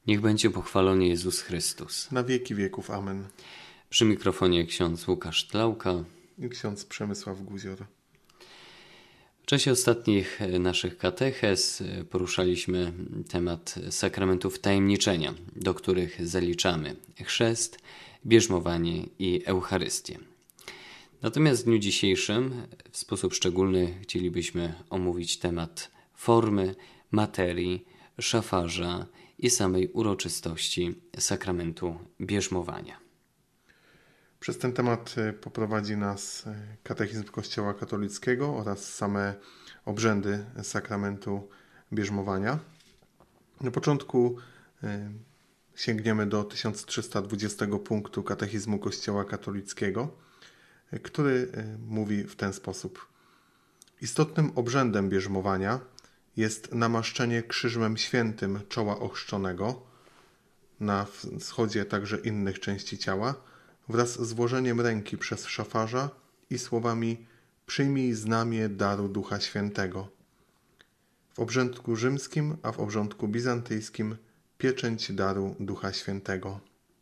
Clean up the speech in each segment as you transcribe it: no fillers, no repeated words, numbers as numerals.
Niech będzie pochwalony Jezus Chrystus. Na wieki wieków. Amen. Przy mikrofonie ksiądz Łukasz Tlauka I ksiądz Przemysław Guzior. W czasie ostatnich naszych katechez poruszaliśmy temat sakramentów tajemniczenia, do których zaliczamy chrzest, bierzmowanie i Eucharystię. Natomiast w dniu dzisiejszym w sposób szczególny chcielibyśmy omówić temat formy, materii, szafarza i samej uroczystości sakramentu bierzmowania. Przez ten temat poprowadzi nas katechizm Kościoła katolickiego oraz same obrzędy sakramentu bierzmowania. Na początku sięgniemy do 1320 punktu katechizmu Kościoła katolickiego, który mówi w ten sposób. Istotnym obrzędem bierzmowania jest namaszczenie krzyżmem świętym czoła ochrzczonego, na wschodzie także innych części ciała, wraz z włożeniem ręki przez szafarza i słowami przyjmij znamię daru Ducha Świętego. W obrządku rzymskim, a w obrządku bizantyjskim pieczęć daru Ducha Świętego.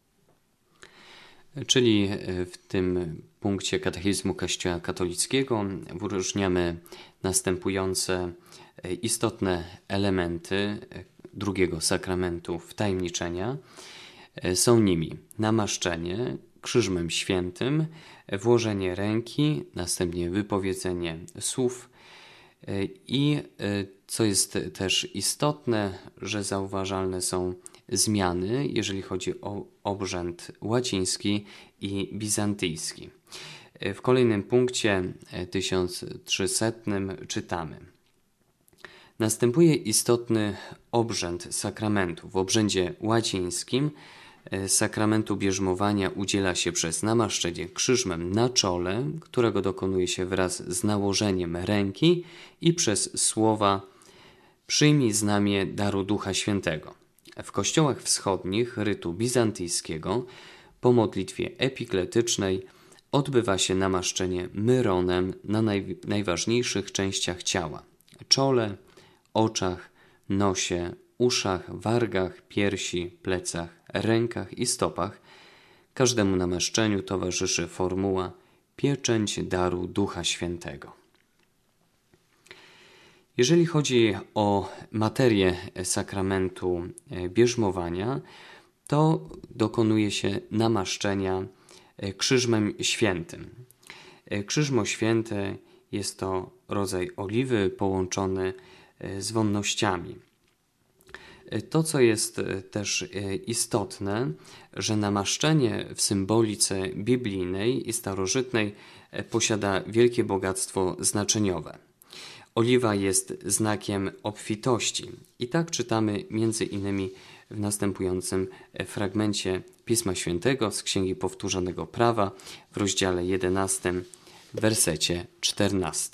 Czyli w tym punkcie katechizmu Kościoła katolickiego wyróżniamy następujące istotne elementy drugiego sakramentu wtajemniczenia. Są nimi namaszczenie krzyżmem świętym, włożenie ręki, następnie wypowiedzenie słów i co jest też istotne, że zauważalne są zmiany, jeżeli chodzi o obrzęd łaciński i bizantyjski. W kolejnym punkcie 1300 czytamy: następuje istotny obrzęd sakramentu. W obrzędzie łacińskim sakramentu bierzmowania udziela się przez namaszczenie krzyżmem na czole, którego dokonuje się wraz z nałożeniem ręki i przez słowa przyjmij znamię daru Ducha Świętego. W kościołach wschodnich rytu bizantyjskiego po modlitwie epikletycznej odbywa się namaszczenie myronem na najważniejszych częściach ciała: czole, oczach, nosie, uszach, wargach, piersi, plecach, rękach i stopach. Każdemu namaszczeniu towarzyszy formuła pieczęć daru Ducha Świętego. Jeżeli chodzi o materię sakramentu bierzmowania, to dokonuje się namaszczenia krzyżmem świętym. Krzyżmo święte jest to rodzaj oliwy połączony z wonnościami. To, co jest też istotne, że namaszczenie w symbolice biblijnej i starożytnej posiada wielkie bogactwo znaczeniowe. Oliwa jest znakiem obfitości. I tak czytamy między innymi w następującym fragmencie Pisma Świętego z Księgi Powtórzonego Prawa w rozdziale 11, w wersecie 14.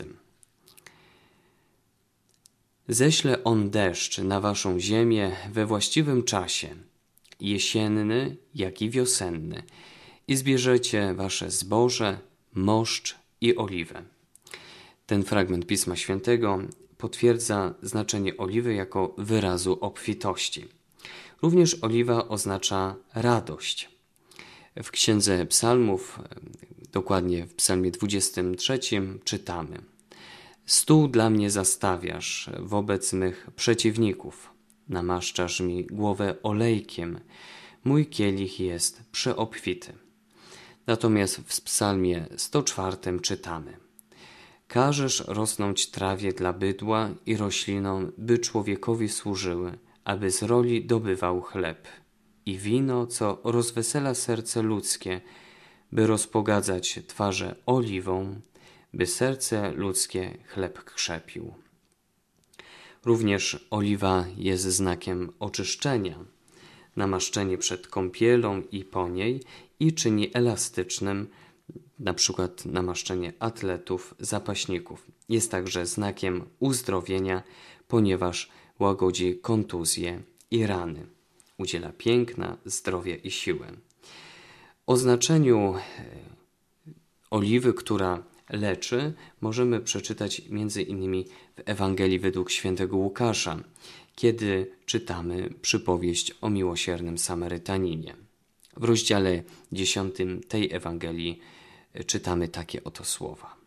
Ześle on deszcz na waszą ziemię we właściwym czasie, jesienny, jak i wiosenny, i zbierzecie wasze zboże, moszcz i oliwę. Ten fragment Pisma Świętego potwierdza znaczenie oliwy jako wyrazu obfitości. Również oliwa oznacza radość. W Księdze Psalmów, dokładnie w Psalmie 23, czytamy: stół dla mnie zastawiasz wobec mych przeciwników, namaszczasz mi głowę olejkiem, mój kielich jest przeobfity. Natomiast w Psalmie 104 czytamy: każesz rosnąć trawie dla bydła i roślinom, by człowiekowi służyły, aby z roli dobywał chleb, i wino, co rozwesela serce ludzkie, by rozpogadzać twarze oliwą, by serce ludzkie chleb krzepił. Również oliwa jest znakiem oczyszczenia, namaszczenie przed kąpielą i po niej, i czyni elastycznym na przykład namaszczenie atletów, zapaśników. Jest także znakiem uzdrowienia, ponieważ łagodzi kontuzje i rany. Udziela piękna, zdrowia i siły. O znaczeniu oliwy, która leczy, możemy przeczytać m.in. w Ewangelii według świętego Łukasza, kiedy czytamy przypowieść o miłosiernym Samarytaninie. W rozdziale 10 tej Ewangelii czytamy takie oto słowa.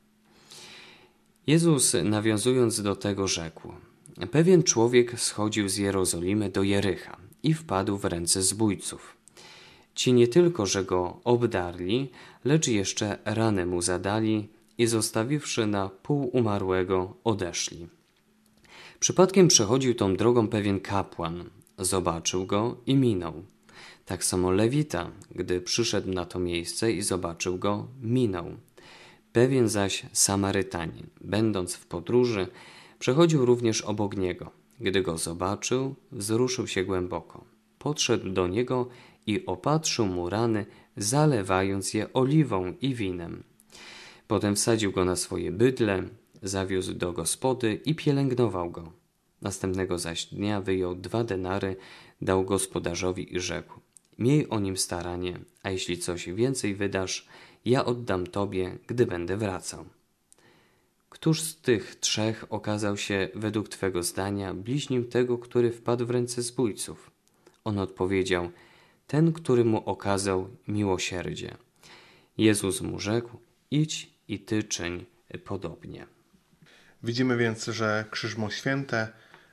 Jezus, nawiązując do tego, rzekł: Pewien człowiek schodził z Jerozolimy do Jericha i wpadł w ręce zbójców. Ci nie tylko, że go obdarli, lecz jeszcze ranę mu zadali i zostawiwszy na pół umarłego, odeszli. Przypadkiem przechodził tą drogą pewien kapłan. Zobaczył go i minął. Tak samo Lewita, gdy przyszedł na to miejsce i zobaczył go, minął. Pewien zaś Samarytanin, będąc w podróży, przechodził również obok niego. Gdy go zobaczył, wzruszył się głęboko. Podszedł do niego i opatrzył mu rany, zalewając je oliwą i winem. Potem wsadził go na swoje bydlę, zawiózł do gospody i pielęgnował go. Następnego zaś dnia wyjął 2 denary, dał gospodarzowi i rzekł: Miej o nim staranie, a jeśli coś więcej wydasz, ja oddam tobie, gdy będę wracał. Któż z tych 3 okazał się według twego zdania bliźnim tego, który wpadł w ręce zbójców? On odpowiedział: Ten, który mu okazał miłosierdzie. Jezus mu rzekł: Idź i ty czyń podobnie. Widzimy więc, że Krzyżmo Święte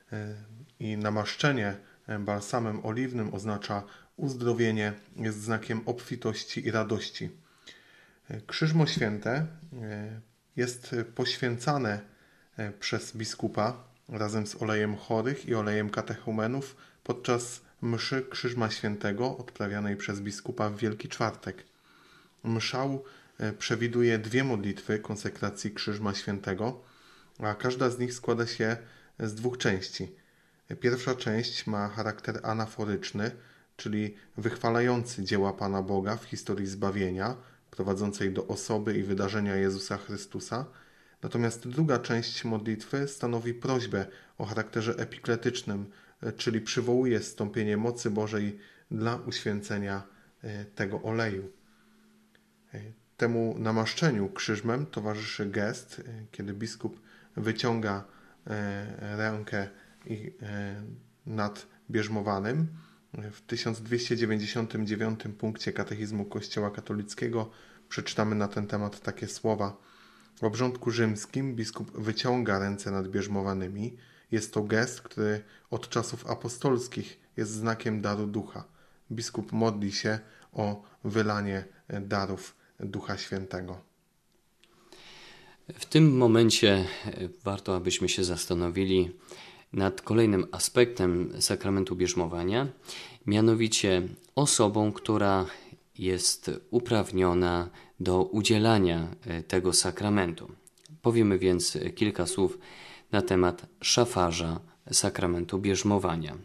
i namaszczenie balsamem oliwnym oznacza uzdrowienie, jest znakiem obfitości i radości. Krzyżmo Święte jest poświęcane przez biskupa razem z olejem chorych i olejem katechumenów podczas mszy Krzyżma Świętego odprawianej przez biskupa w Wielki Czwartek. Mszał przewiduje 2 modlitwy konsekracji Krzyżma Świętego, a każda z nich składa się z 2 części. Pierwsza część ma charakter anaforyczny, czyli wychwalający dzieła Pana Boga w historii zbawienia, prowadzącej do osoby i wydarzenia Jezusa Chrystusa. Natomiast druga część modlitwy stanowi prośbę o charakterze epikletycznym, czyli przywołuje zstąpienie mocy Bożej dla uświęcenia tego oleju. Temu namaszczeniu krzyżmem towarzyszy gest, kiedy biskup wyciąga rękę nad bierzmowanym. W 1299 punkcie Katechizmu Kościoła Katolickiego przeczytamy na ten temat takie słowa. W obrządku rzymskim biskup wyciąga ręce nad bierzmowanymi. Jest to gest, który od czasów apostolskich jest znakiem daru ducha. Biskup modli się o wylanie darów Ducha Świętego. W tym momencie warto, abyśmy się zastanowili nad kolejnym aspektem sakramentu bierzmowania, mianowicie osobą, która jest uprawniona do udzielania tego sakramentu. Powiemy więc kilka słów na temat szafarza sakramentu bierzmowania.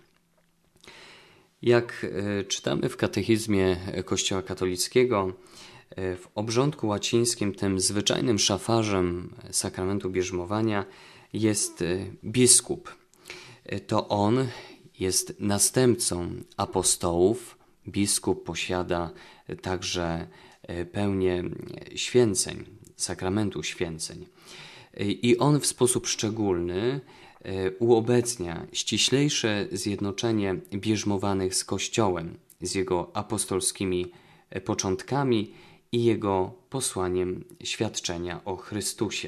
Jak czytamy w katechizmie Kościoła katolickiego, w obrządku łacińskim tym zwyczajnym szafarzem sakramentu bierzmowania jest biskup. To on jest następcą apostołów. Biskup posiada także pełnię święceń, sakramentu święceń. I on w sposób szczególny uobecnia ściślejsze zjednoczenie bierzmowanych z Kościołem, z jego apostolskimi początkami i jego posłaniem świadczenia o Chrystusie.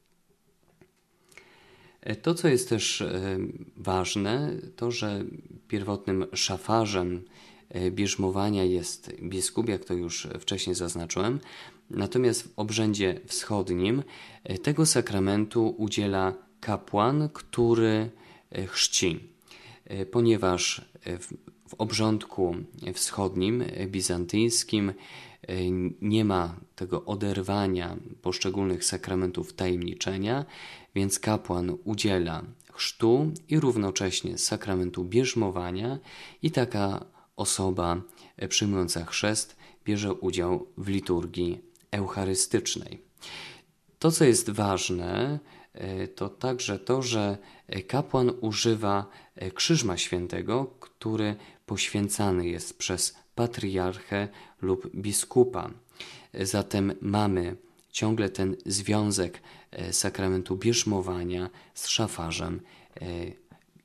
To, co jest też ważne, to, że pierwotnym szafarzem bierzmowania jest biskup, jak to już wcześniej zaznaczyłem, natomiast w obrzędzie wschodnim tego sakramentu udziela kapłan, który chrzci, ponieważ w obrządku wschodnim, bizantyjskim nie ma tego oderwania poszczególnych sakramentów tajemniczenia, więc kapłan udziela chrztu i równocześnie sakramentu bierzmowania i taka osoba przyjmująca chrzest bierze udział w liturgii eucharystycznej. To, co jest ważne, to także to, że kapłan używa Krzyżma Świętego, który poświęcany jest przez patriarchę lub biskupa. Zatem mamy ciągle ten związek sakramentu bierzmowania z szafarzem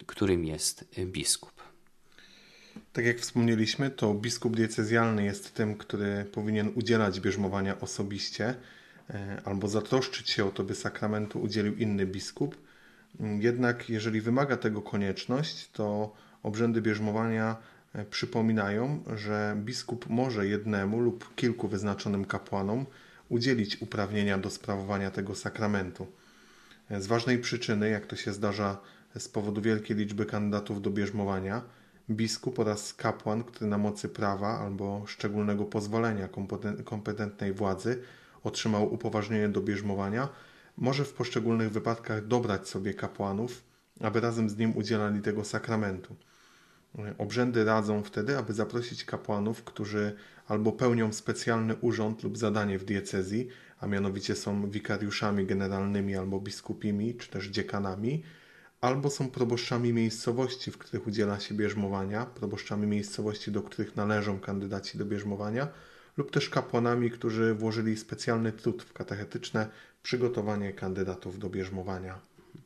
którym jest biskup. Tak jak wspomnieliśmy, to biskup diecezjalny jest tym, który powinien udzielać bierzmowania osobiście albo zatroszczyć się o to, by sakramentu udzielił inny biskup. Jednak jeżeli wymaga tego konieczność, to obrzędy bierzmowania przypominają, że biskup może jednemu lub kilku wyznaczonym kapłanom udzielić uprawnienia do sprawowania tego sakramentu. Z ważnej przyczyny, jak to się zdarza z powodu wielkiej liczby kandydatów do bierzmowania, biskup oraz kapłan, który na mocy prawa albo szczególnego pozwolenia kompetentnej władzy otrzymał upoważnienie do bierzmowania, może w poszczególnych wypadkach dobrać sobie kapłanów, aby razem z nim udzielali tego sakramentu. Obrzędy radzą wtedy, aby zaprosić kapłanów, którzy albo pełnią specjalny urząd lub zadanie w diecezji, a mianowicie są wikariuszami generalnymi albo biskupimi, czy też dziekanami, albo są proboszczami miejscowości, w których udziela się bierzmowania, proboszczami miejscowości, do których należą kandydaci do bierzmowania, lub też kapłanami, którzy włożyli specjalny trud w katechetyczne przygotowanie kandydatów do bierzmowania.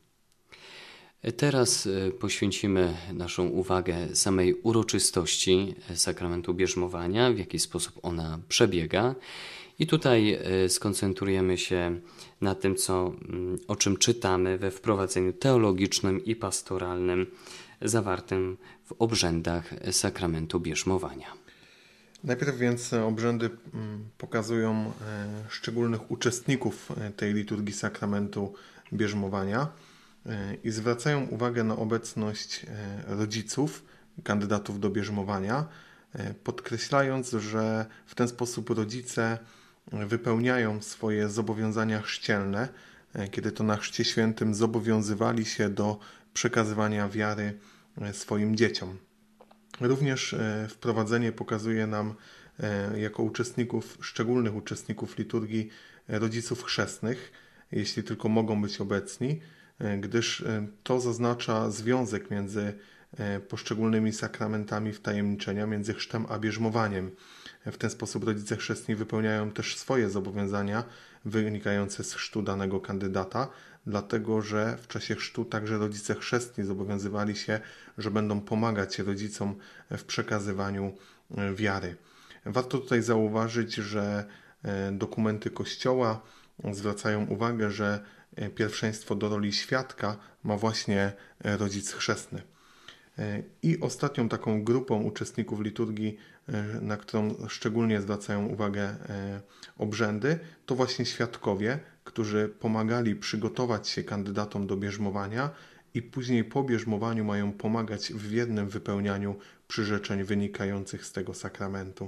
Teraz poświęcimy naszą uwagę samej uroczystości sakramentu bierzmowania, w jaki sposób ona przebiega. I tutaj skoncentrujemy się na tym, o czym czytamy we wprowadzeniu teologicznym i pastoralnym zawartym w obrzędach sakramentu bierzmowania. Najpierw więc obrzędy pokazują szczególnych uczestników tej liturgii sakramentu bierzmowania i zwracają uwagę na obecność rodziców, kandydatów do bierzmowania, podkreślając, że w ten sposób rodzice wypełniają swoje zobowiązania chrzcielne, kiedy to na Chrzcie Świętym zobowiązywali się do przekazywania wiary swoim dzieciom. Również wprowadzenie pokazuje nam jako szczególnych uczestników liturgii rodziców chrzestnych, jeśli tylko mogą być obecni, gdyż to zaznacza związek między poszczególnymi sakramentami wtajemniczenia, między chrztem a bierzmowaniem. W ten sposób rodzice chrzestni wypełniają też swoje zobowiązania wynikające z chrztu danego kandydata, dlatego że w czasie chrztu także rodzice chrzestni zobowiązywali się, że będą pomagać rodzicom w przekazywaniu wiary. Warto tutaj zauważyć, że dokumenty Kościoła zwracają uwagę, że pierwszeństwo do roli świadka ma właśnie rodzic chrzestny. I ostatnią taką grupą uczestników liturgii, na którą szczególnie zwracają uwagę obrzędy, to właśnie świadkowie, którzy pomagali przygotować się kandydatom do bierzmowania i później po bierzmowaniu mają pomagać w wiernym wypełnianiu przyrzeczeń wynikających z tego sakramentu.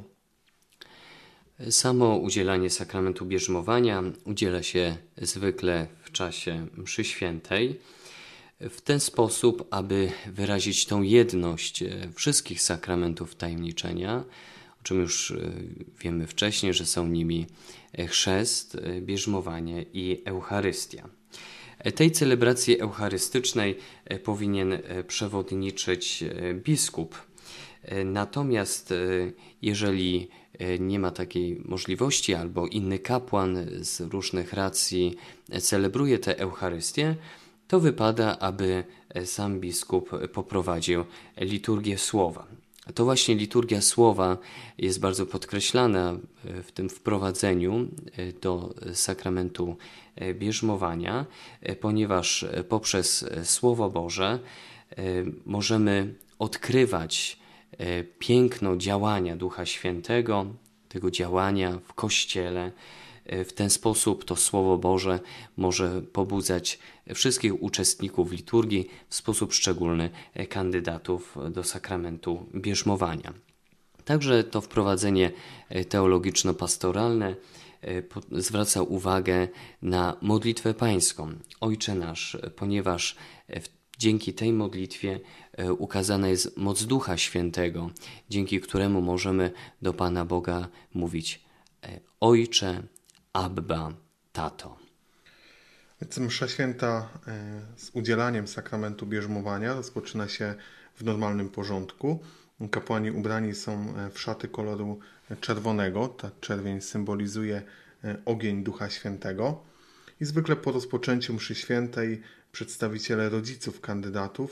Samo udzielanie sakramentu bierzmowania udziela się zwykle w czasie mszy świętej, w ten sposób, aby wyrazić tą jedność wszystkich sakramentów tajemniczenia, o czym już wiemy wcześniej, że są nimi chrzest, bierzmowanie i Eucharystia. Tej celebracji eucharystycznej powinien przewodniczyć biskup. Natomiast jeżeli nie ma takiej możliwości albo inny kapłan z różnych racji celebruje tę Eucharystię, to wypada, aby sam biskup poprowadził liturgię słowa. To właśnie liturgia słowa jest bardzo podkreślana w tym wprowadzeniu do sakramentu bierzmowania, ponieważ poprzez Słowo Boże możemy odkrywać piękno działania Ducha Świętego, tego działania w Kościele. W ten sposób to Słowo Boże może pobudzać wszystkich uczestników liturgii, w sposób szczególny kandydatów do sakramentu bierzmowania. Także to wprowadzenie teologiczno-pastoralne zwraca uwagę na modlitwę pańską, Ojcze nasz, ponieważ dzięki tej modlitwie ukazana jest moc Ducha Świętego, dzięki któremu możemy do Pana Boga mówić Ojcze, Abba, Tato. Więc msza święta z udzielaniem sakramentu bierzmowania rozpoczyna się w normalnym porządku. Kapłani ubrani są w szaty koloru czerwonego. Ta czerwień symbolizuje ogień Ducha Świętego. I zwykle po rozpoczęciu mszy świętej przedstawiciele rodziców kandydatów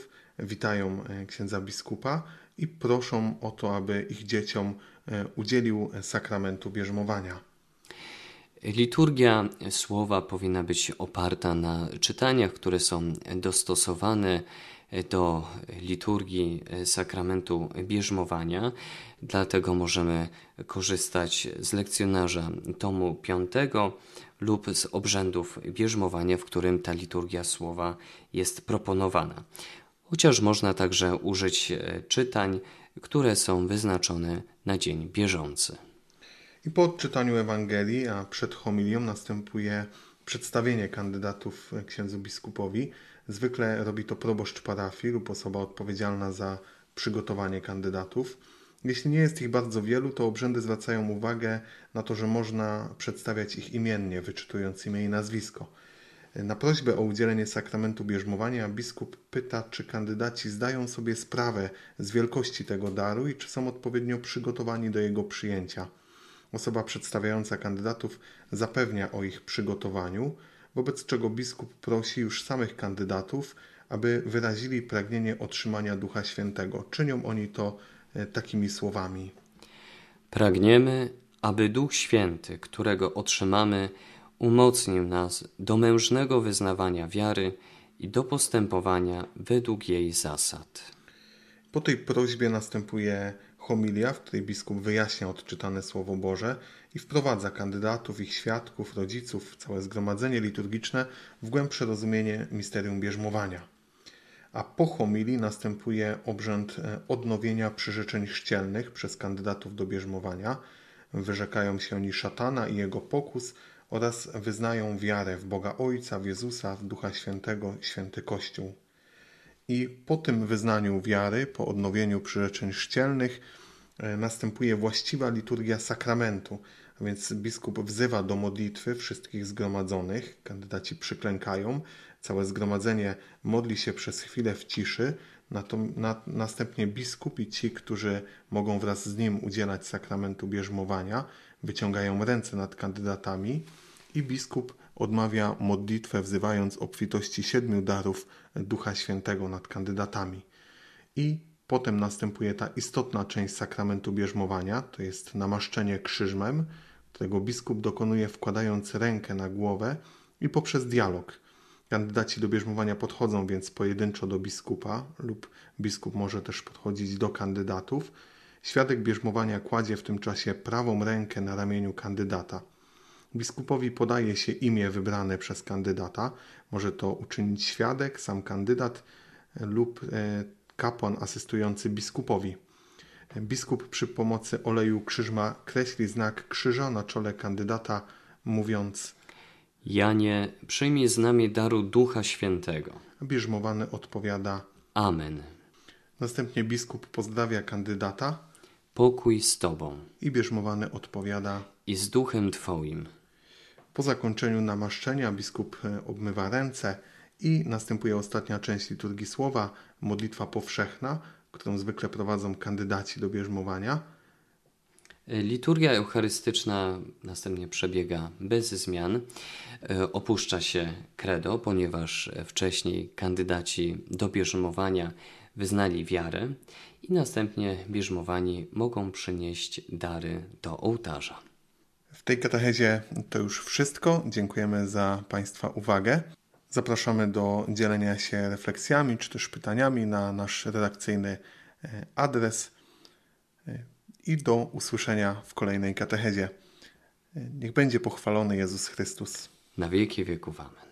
witają księdza biskupa i proszą o to, aby ich dzieciom udzielił sakramentu bierzmowania. Liturgia słowa powinna być oparta na czytaniach, które są dostosowane do liturgii sakramentu bierzmowania. Dlatego możemy korzystać z lekcjonarza tomu 5 lub z obrzędów bierzmowania, w którym ta liturgia słowa jest proponowana. Chociaż można także użyć czytań, które są wyznaczone na dzień bieżący. I po odczytaniu Ewangelii, a przed homilią następuje przedstawienie kandydatów księdzu biskupowi. Zwykle robi to proboszcz parafii lub osoba odpowiedzialna za przygotowanie kandydatów. Jeśli nie jest ich bardzo wielu, to obrzędy zwracają uwagę na to, że można przedstawiać ich imiennie, wyczytując imię i nazwisko. Na prośbę o udzielenie sakramentu bierzmowania biskup pyta, czy kandydaci zdają sobie sprawę z wielkości tego daru i czy są odpowiednio przygotowani do jego przyjęcia. Osoba przedstawiająca kandydatów zapewnia o ich przygotowaniu, wobec czego biskup prosi już samych kandydatów, aby wyrazili pragnienie otrzymania Ducha Świętego. Czynią oni to takimi słowami. Pragniemy, aby Duch Święty, którego otrzymamy, umocnił nas do mężnego wyznawania wiary i do postępowania według jej zasad. Po tej prośbie następuje homilia, w której biskup wyjaśnia odczytane Słowo Boże i wprowadza kandydatów, ich świadków, rodziców, całe zgromadzenie liturgiczne w głębsze rozumienie misterium bierzmowania. A po homilii następuje obrzęd odnowienia przyrzeczeń chrzcielnych przez kandydatów do bierzmowania. Wyrzekają się oni szatana i jego pokus oraz wyznają wiarę w Boga Ojca, w Jezusa, w Ducha Świętego, święty Kościół. I po tym wyznaniu wiary, po odnowieniu przyrzeczeń chrzcielnych, następuje właściwa liturgia sakramentu, a więc biskup wzywa do modlitwy wszystkich zgromadzonych, kandydaci przyklękają, całe zgromadzenie modli się przez chwilę w ciszy, następnie biskup i ci, którzy mogą wraz z nim udzielać sakramentu bierzmowania, wyciągają ręce nad kandydatami i biskup odmawia modlitwę, wzywając obfitości 7 darów Ducha Świętego nad kandydatami. I potem następuje ta istotna część sakramentu bierzmowania, to jest namaszczenie krzyżmem, którego biskup dokonuje wkładając rękę na głowę i poprzez dialog. Kandydaci do bierzmowania podchodzą więc pojedynczo do biskupa lub biskup może też podchodzić do kandydatów. Świadek bierzmowania kładzie w tym czasie prawą rękę na ramieniu kandydata. Biskupowi podaje się imię wybrane przez kandydata. Może to uczynić świadek, sam kandydat lub kapłan asystujący biskupowi. Biskup przy pomocy oleju krzyżma kreśli znak krzyża na czole kandydata, mówiąc: Janie, przyjmij z nami daru Ducha Świętego. Bierzmowany odpowiada: Amen. Następnie biskup pozdrawia kandydata. Pokój z Tobą. I bierzmowany odpowiada: I z Duchem Twoim. Po zakończeniu namaszczenia biskup obmywa ręce i następuje ostatnia część liturgii słowa, modlitwa powszechna, którą zwykle prowadzą kandydaci do bierzmowania. Liturgia eucharystyczna następnie przebiega bez zmian. Opuszcza się credo, ponieważ wcześniej kandydaci do bierzmowania wyznali wiarę i następnie bierzmowani mogą przynieść dary do ołtarza. W tej katechezie to już wszystko. Dziękujemy za Państwa uwagę. Zapraszamy do dzielenia się refleksjami czy też pytaniami na nasz redakcyjny adres i do usłyszenia w kolejnej katechezie. Niech będzie pochwalony Jezus Chrystus. Na wieki wieków. Amen.